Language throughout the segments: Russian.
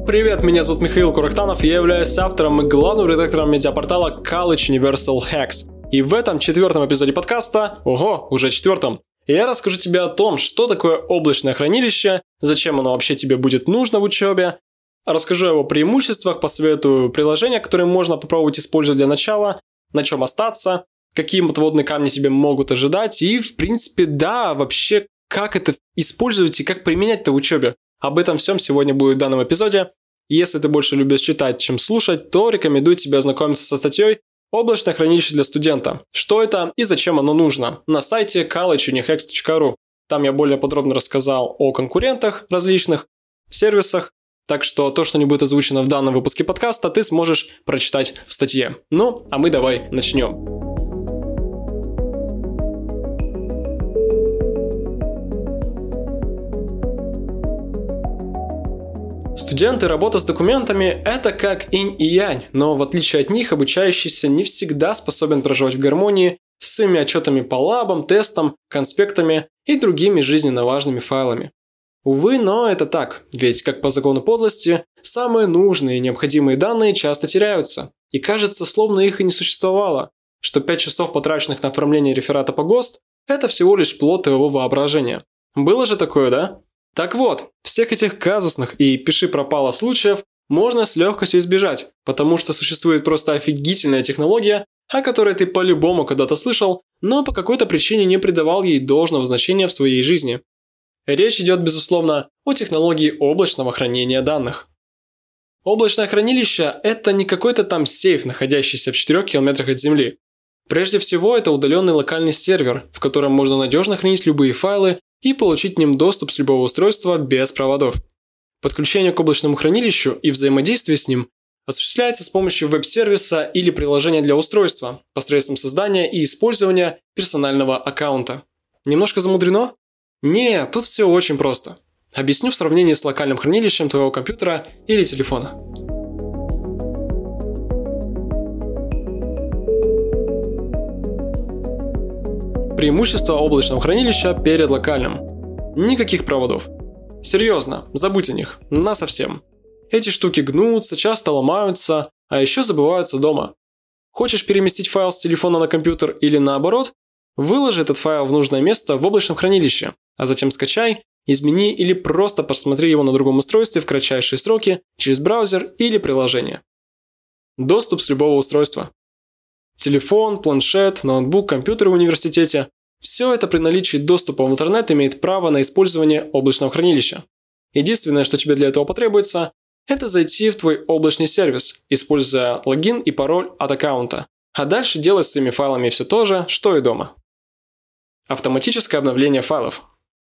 Привет, меня зовут Михаил Курактанов, и я являюсь автором и главным редактором медиапортала College Universal Hacks. И в этом 4-м эпизоде подкаста, уже 4-м, я расскажу тебе о том, что такое облачное хранилище, зачем оно вообще тебе будет нужно в учебе, расскажу о его преимуществах, посоветую приложения, которые можно попробовать использовать для начала, на чем остаться, какие подводные камни тебе могут ожидать и, в принципе, вообще, как это использовать и как применять-то в учебе. Об этом всем сегодня будет в данном эпизоде. Если ты больше любишь читать, чем слушать, то рекомендую тебе ознакомиться со статьей «Облачное хранилище для студента. Что это и зачем оно нужно?» на сайте collegeunihex.ru. Там я более подробно рассказал о конкурентах различных, сервисах, так что то, что не будет озвучено в данном выпуске подкаста, ты сможешь прочитать в статье. Ну, а мы давай начнем. Студенты, работа с документами – это как инь и янь, но в отличие от них обучающийся не всегда способен проживать в гармонии со своими отчетами по лабам, тестам, конспектами и другими жизненно важными файлами. Увы, но это так, ведь, как по закону подлости, самые нужные и необходимые данные часто теряются, и кажется, словно их и не существовало, что 5 часов, потраченных на оформление реферата по ГОСТ – это всего лишь плод твоего воображения. Было же такое, да? Так вот, всех этих казусных и пиши-пропало случаев можно с легкостью избежать, потому что существует просто офигительная технология, о которой ты по-любому когда-то слышал, но по какой-то причине не придавал ей должного значения в своей жизни. Речь идет, безусловно, о технологии облачного хранения данных. Облачное хранилище – это не какой-то там сейф, находящийся в 4 километрах от Земли. Прежде всего, это удаленный локальный сервер, в котором можно надежно хранить любые файлы и получить к ним доступ с любого устройства без проводов. Подключение к облачному хранилищу и взаимодействие с ним осуществляется с помощью веб-сервиса или приложения для устройства, посредством создания и использования персонального аккаунта. Немножко замудрено? Нет, тут все очень просто. Объясню в сравнении с локальным хранилищем твоего компьютера или телефона. Преимущество облачного хранилища перед локальным. Никаких проводов. Серьезно, забудь о них. Насовсем. Эти штуки гнутся, часто ломаются, а еще забываются дома. Хочешь переместить файл с телефона на компьютер или наоборот? Выложи этот файл в нужное место в облачном хранилище, а затем скачай, измени или просто просмотри его на другом устройстве в кратчайшие сроки через браузер или приложение. Доступ с любого устройства. Телефон, планшет, ноутбук, компьютер в университете – все это при наличии доступа в интернет имеет право на использование облачного хранилища. Единственное, что тебе для этого потребуется – это зайти в твой облачный сервис, используя логин и пароль от аккаунта, а дальше делать с своими файлами все то же, что и дома. Автоматическое обновление файлов.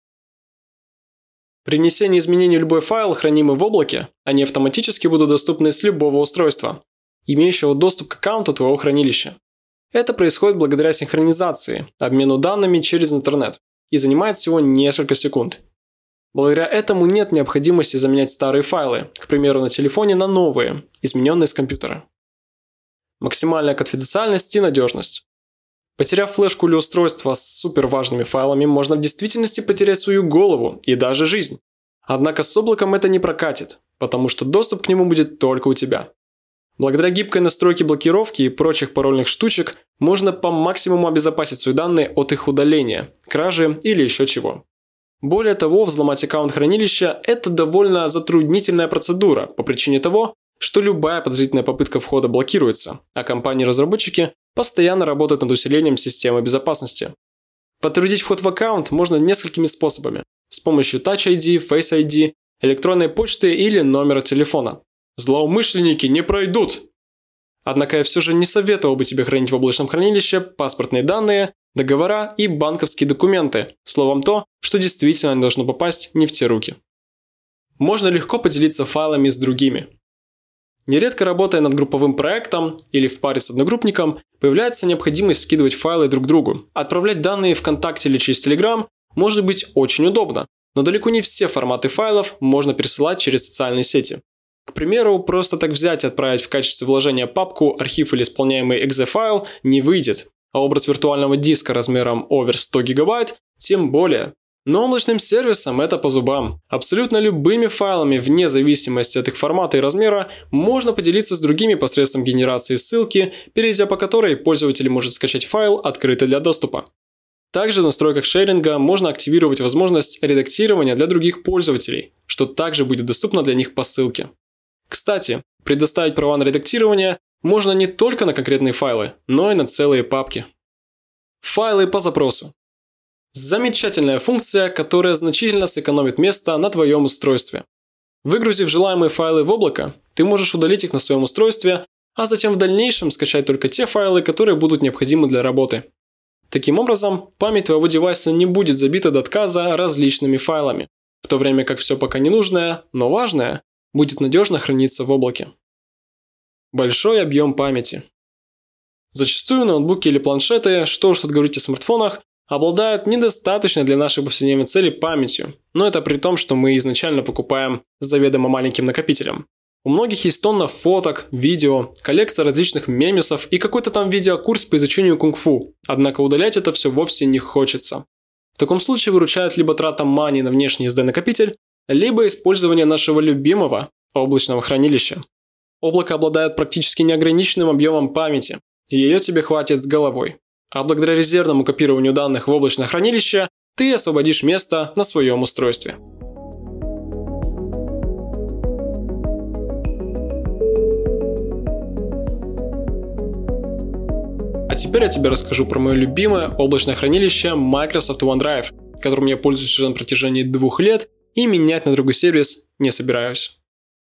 При внесении изменений в любой файл, хранимый в облаке, они автоматически будут доступны с любого устройства, имеющего доступ к аккаунту твоего хранилища. Это происходит благодаря синхронизации, обмену данными через интернет, и занимает всего несколько секунд. Благодаря этому нет необходимости заменять старые файлы, к примеру, на телефоне на новые, измененные с компьютера. Максимальная конфиденциальность и надежность. Потеряв флешку или устройство с суперважными файлами, можно в действительности потерять свою голову и даже жизнь. Однако с облаком это не прокатит, потому что доступ к нему будет только у тебя. Благодаря гибкой настройке блокировки и прочих парольных штучек можно по максимуму обезопасить свои данные от их удаления, кражи или еще чего. Более того, взломать аккаунт хранилища – это довольно затруднительная процедура по причине того, что любая подозрительная попытка входа блокируется, а компании-разработчики постоянно работают над усилением системы безопасности. Подтвердить вход в аккаунт можно несколькими способами – с помощью Touch ID, Face ID, электронной почты или номера телефона. Злоумышленники не пройдут! Однако я все же не советовал бы тебе хранить в облачном хранилище паспортные данные, договора и банковские документы, словом то, что действительно не должно попасть не в те руки. Можно легко поделиться файлами с другими. Нередко, работая над групповым проектом или в паре с одногруппником, появляется необходимость скидывать файлы друг другу. Отправлять данные ВКонтакте или через Telegram может быть очень удобно, но далеко не все форматы файлов можно пересылать через социальные сети. К примеру, просто так взять и отправить в качестве вложения папку, архив или исполняемый .exe файл не выйдет, а образ виртуального диска размером over 100 гигабайт тем более. Но облачным сервисам это по зубам. Абсолютно любыми файлами, вне зависимости от их формата и размера, можно поделиться с другими посредством генерации ссылки, перейдя по которой пользователь может скачать файл, открытый для доступа. Также в настройках шеринга можно активировать возможность редактирования для других пользователей, что также будет доступно для них по ссылке. Кстати, предоставить права на редактирование можно не только на конкретные файлы, но и на целые папки. Файлы по запросу. Замечательная функция, которая значительно сэкономит место на твоем устройстве. Выгрузив желаемые файлы в облако, ты можешь удалить их на своем устройстве, а затем в дальнейшем скачать только те файлы, которые будут необходимы для работы. Таким образом, память твоего девайса не будет забита до отказа различными файлами, в то время как все пока ненужное, но важное, будет надежно храниться в облаке. Большой объем памяти. Зачастую ноутбуки или планшеты, что уж тут говорить о смартфонах, обладают недостаточной для нашей повседневной цели памятью, но это при том, что мы изначально покупаем с заведомо маленьким накопителем. У многих есть тонна фоток, видео, коллекция различных мемесов и какой-то там видеокурс по изучению кунг-фу, однако удалять это все вовсе не хочется. В таком случае выручает либо трата мани на внешний SD-накопитель, либо использование нашего любимого облачного хранилища. Облако обладает практически неограниченным объемом памяти, и ее тебе хватит с головой. А благодаря резервному копированию данных в облачное хранилище ты освободишь место на своем устройстве. А теперь я тебе расскажу про мое любимое облачное хранилище Microsoft OneDrive, которым я пользуюсь уже на протяжении 2 лет и менять на другой сервис не собираюсь.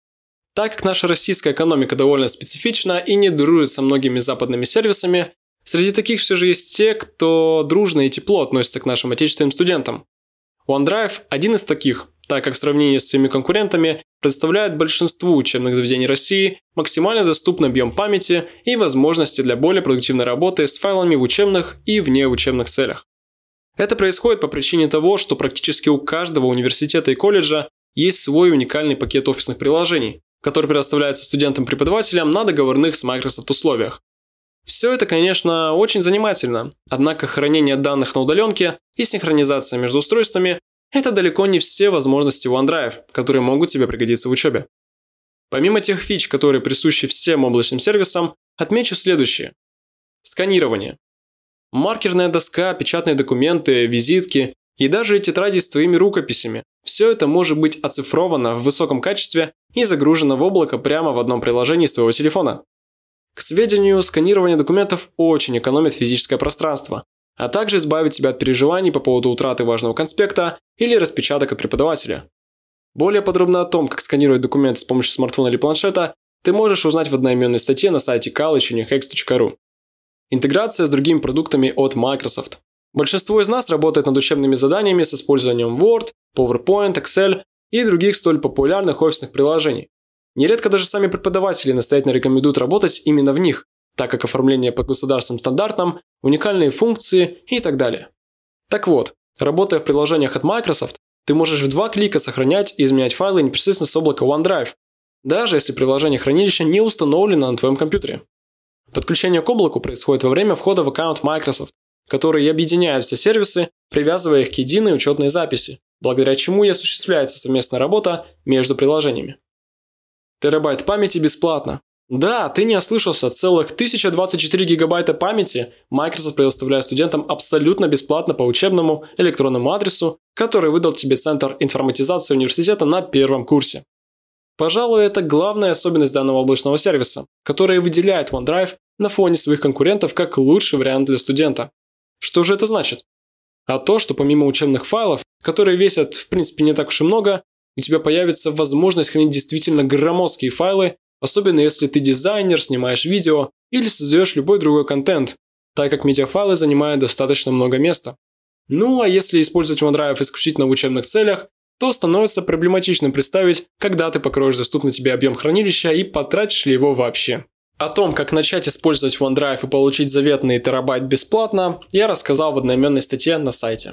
Так как наша российская экономика довольно специфична и не дружит со многими западными сервисами, среди таких все же есть те, кто дружно и тепло относится к нашим отечественным студентам. OneDrive – один из таких, так как в сравнении с своими конкурентами предоставляет большинству учебных заведений России максимально доступный объем памяти и возможности для более продуктивной работы с файлами в учебных и внеучебных целях. Это происходит по причине того, что практически у каждого университета и колледжа есть свой уникальный пакет офисных приложений, который предоставляется студентам-преподавателям на договорных с Microsoft условиях. Все это, конечно, очень занимательно, однако хранение данных на удаленке и синхронизация между устройствами – это далеко не все возможности OneDrive, которые могут тебе пригодиться в учебе. Помимо тех фич, которые присущи всем облачным сервисам, отмечу следующее. Сканирование. Маркерная доска, печатные документы, визитки и даже тетради с твоими рукописями – все это может быть оцифровано в высоком качестве и загружено в облако прямо в одном приложении с твоего телефона. К сведению, сканирование документов очень экономит физическое пространство, а также избавит тебя от переживаний по поводу утраты важного конспекта или распечаток от преподавателя. Более подробно о том, как сканировать документы с помощью смартфона или планшета, ты можешь узнать в одноименной статье на сайте college.unix.ru. Интеграция с другими продуктами от Microsoft. Большинство из нас работает над учебными заданиями с использованием Word, PowerPoint, Excel и других столь популярных офисных приложений. Нередко даже сами преподаватели настоятельно рекомендуют работать именно в них, так как оформление по государственным стандартам, уникальные функции и так далее. Так вот, работая в приложениях от Microsoft, ты можешь в 2 клика сохранять и изменять файлы непосредственно с облака OneDrive, даже если приложение хранилища не установлено на твоем компьютере. Подключение к облаку происходит во время входа в аккаунт Microsoft, который объединяет все сервисы, привязывая их к единой учетной записи, благодаря чему и осуществляется совместная работа между приложениями. Терабайт памяти бесплатно. Да, ты не ослышался, целых 1024 гигабайта памяти Microsoft предоставляет студентам абсолютно бесплатно по учебному электронному адресу, который выдал тебе Центр информатизации университета на 1-м курсе. Пожалуй, это главная особенность данного облачного сервиса, которая выделяет OneDrive на фоне своих конкурентов как лучший вариант для студента. Что же это значит? А то, что помимо учебных файлов, которые весят в принципе не так уж и много, у тебя появится возможность хранить действительно громоздкие файлы, особенно если ты дизайнер, снимаешь видео или создаешь любой другой контент, так как медиафайлы занимают достаточно много места. Ну а если использовать OneDrive исключительно в учебных целях, то становится проблематичным представить, когда ты покроешь доступный тебе объем хранилища и потратишь ли его вообще. О том, как начать использовать OneDrive и получить заветный терабайт бесплатно, я рассказал в одноименной статье на сайте.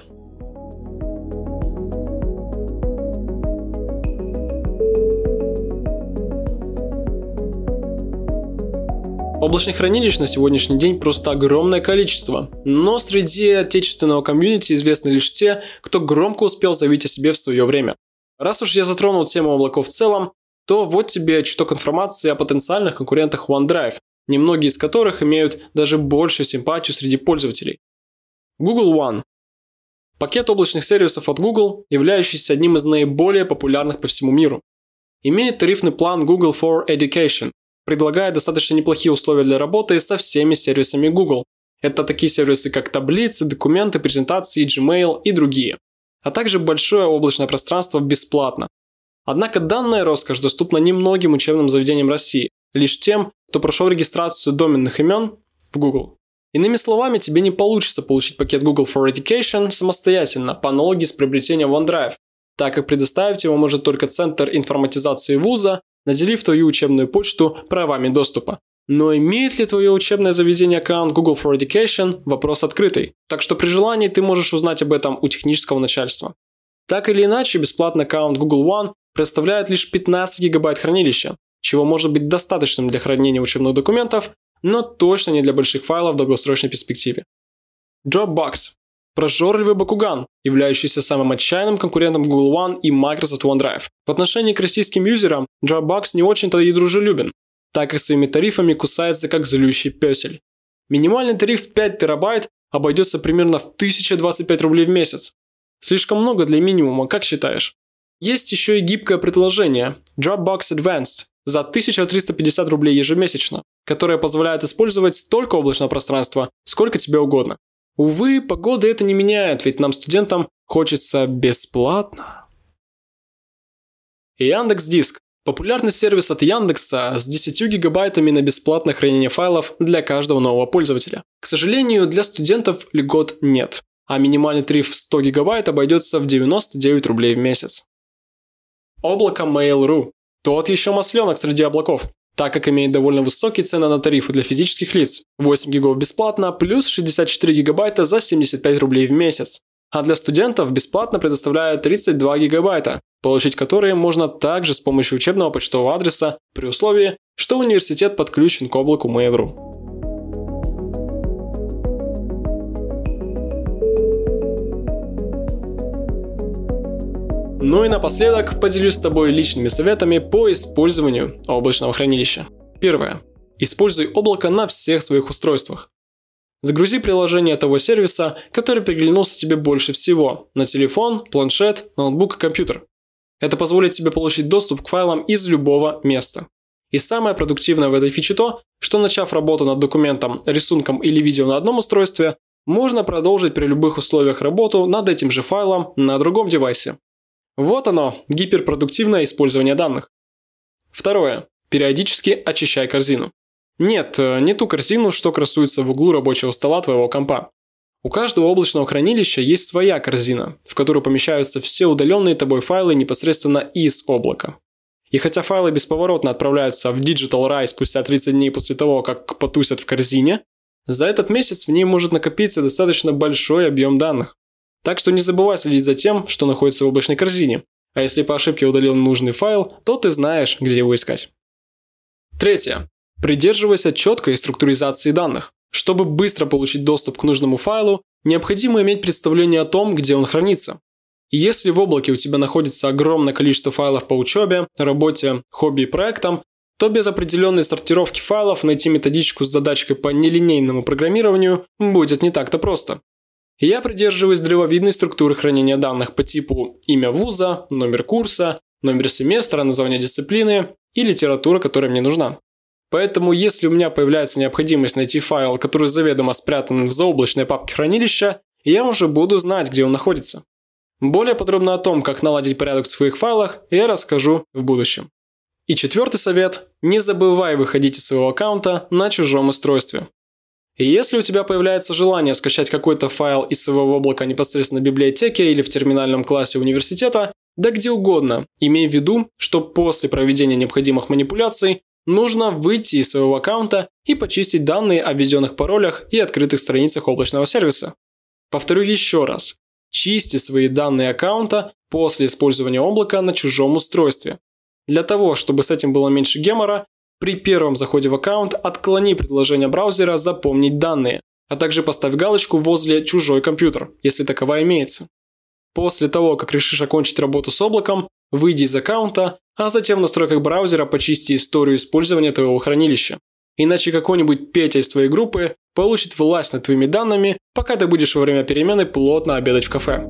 Облачных хранилищ на сегодняшний день просто огромное количество, но среди отечественного комьюнити известны лишь те, кто громко успел заявить о себе в свое время. Раз уж я затронул тему облаков в целом, то вот тебе чуток информации о потенциальных конкурентах OneDrive, немногие из которых имеют даже большую симпатию среди пользователей. Google One. Пакет облачных сервисов от Google, являющийся одним из наиболее популярных по всему миру. Имеет тарифный план Google for Education, предлагает достаточно неплохие условия для работы со всеми сервисами Google. Это такие сервисы, как таблицы, документы, презентации, Gmail и другие. А также большое облачное пространство бесплатно. Однако данная роскошь доступна немногим учебным заведениям России, лишь тем, кто прошел регистрацию доменных имен в Google. Иными словами, тебе не получится получить пакет Google for Education самостоятельно, по аналогии с приобретением OneDrive, так как предоставить его может только Центр информатизации вуза, наделив твою учебную почту правами доступа. Но имеет ли твое учебное заведение аккаунт Google for Education – вопрос открытый, так что при желании ты можешь узнать об этом у технического начальства. Так или иначе, бесплатный аккаунт Google One представляет лишь 15 гигабайт хранилища, чего может быть достаточным для хранения учебных документов, но точно не для больших файлов в долгосрочной перспективе. Dropbox. Прожорливый бакуган, являющийся самым отчаянным конкурентом Google One и Microsoft OneDrive. В отношении к российским юзерам Dropbox не очень-то и дружелюбен, так как своими тарифами кусается как злющий пёсель. Минимальный тариф 5 терабайт обойдется примерно в 1025 рублей в месяц. Слишком много для минимума, как считаешь? Есть еще и гибкое предложение Dropbox Advanced за 1350 рублей ежемесячно, которое позволяет использовать столько облачного пространства, сколько тебе угодно. Увы, погода это не меняет, ведь нам, студентам, хочется бесплатно. Яндекс.Диск. Популярный сервис от Яндекса с 10 гигабайтами на бесплатное хранение файлов для каждого нового пользователя. К сожалению, для студентов льгот нет, а минимальный тариф в 100 гигабайт обойдется в 99 рублей в месяц. Облако Mail.ru. Тот еще масленок среди облаков, так как имеет довольно высокие цены на тарифы для физических лиц. 8 гигов бесплатно, плюс 64 гигабайта за 75 рублей в месяц. А для студентов бесплатно предоставляет 32 гигабайта, получить которые можно также с помощью учебного почтового адреса при условии, что университет подключен к облаку Mail.ru. Ну и напоследок поделюсь с тобой личными советами по использованию облачного хранилища. Первое. Используй облако на всех своих устройствах. Загрузи приложение того сервиса, который приглянулся тебе больше всего, на телефон, планшет, ноутбук и компьютер. Это позволит тебе получить доступ к файлам из любого места. И самое продуктивное в этой фиче то, что начав работу над документом, рисунком или видео на одном устройстве, можно продолжить при любых условиях работу над этим же файлом на другом девайсе. Вот оно, гиперпродуктивное использование данных. Второе. Периодически очищай корзину. Нет, не ту корзину, что красуется в углу рабочего стола твоего компа. У каждого облачного хранилища есть своя корзина, в которую помещаются все удаленные тобой файлы непосредственно из облака. И хотя файлы бесповоротно отправляются в Digital Rise спустя 30 дней после того, как потусят в корзине, за этот месяц в ней может накопиться достаточно большой объем данных. Так что не забывай следить за тем, что находится в облачной корзине, а если по ошибке удалил нужный файл, то ты знаешь, где его искать. Третье. Придерживайся четкой структуризации данных. Чтобы быстро получить доступ к нужному файлу, необходимо иметь представление о том, где он хранится. И если в облаке у тебя находится огромное количество файлов по учебе, работе, хобби и проектам, то без определенной сортировки файлов найти методичку с задачкой по нелинейному программированию будет не так-то просто. Я придерживаюсь древовидной структуры хранения данных по типу имя вуза, номер курса, номер семестра, название дисциплины и литература, которая мне нужна. Поэтому, если у меня появляется необходимость найти файл, который заведомо спрятан в заоблачной папке хранилища, я уже буду знать, где он находится. Более подробно о том, как наладить порядок в своих файлах, я расскажу в будущем. И четвертый совет – не забывай выходить из своего аккаунта на чужом устройстве. И если у тебя появляется желание скачать какой-то файл из своего облака непосредственно в библиотеке или в терминальном классе университета, да где угодно, имей в виду, что после проведения необходимых манипуляций нужно выйти из своего аккаунта и почистить данные о введенных паролях и открытых страницах облачного сервиса. Повторю еще раз. Чисти свои данные аккаунта после использования облака на чужом устройстве. Для того, чтобы с этим было меньше гемора, При первом заходе в аккаунт отклони предложение браузера «Запомнить данные», а также поставь галочку возле «Чужой компьютер», если таковая имеется. После того, как решишь окончить работу с облаком, выйди из аккаунта, а затем в настройках браузера почисти историю использования твоего хранилища. Иначе какой-нибудь Петя из твоей группы получит власть над твоими данными, пока ты будешь во время перемены плотно обедать в кафе.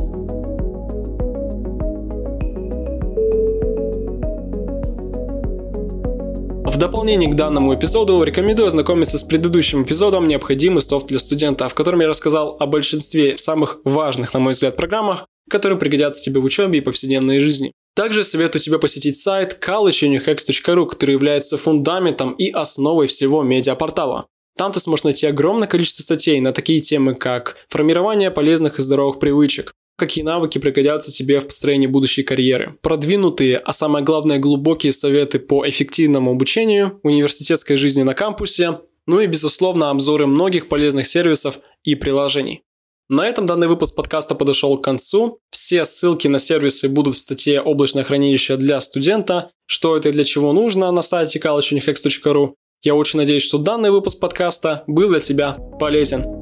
В дополнение к данному эпизоду рекомендую ознакомиться с предыдущим эпизодом «Необходимый софт для студента», в котором я рассказал о большинстве самых важных, на мой взгляд, программах, которые пригодятся тебе в учебе и повседневной жизни. Также советую тебе посетить сайт collegeunixx.ru, который является фундаментом и основой всего медиапортала. Там ты сможешь найти огромное количество статей на такие темы, как формирование полезных и здоровых привычек, какие навыки пригодятся тебе в построении будущей карьеры, продвинутые, а самое главное глубокие советы по эффективному обучению, университетской жизни на кампусе, ну и, безусловно, обзоры многих полезных сервисов и приложений. На этом данный выпуск подкаста подошел к концу. Все ссылки на сервисы будут в статье «Облачное хранилище для студента», что это и для чего нужно на сайте collegeunixx.ru. Я очень надеюсь, что данный выпуск подкаста был для тебя полезен.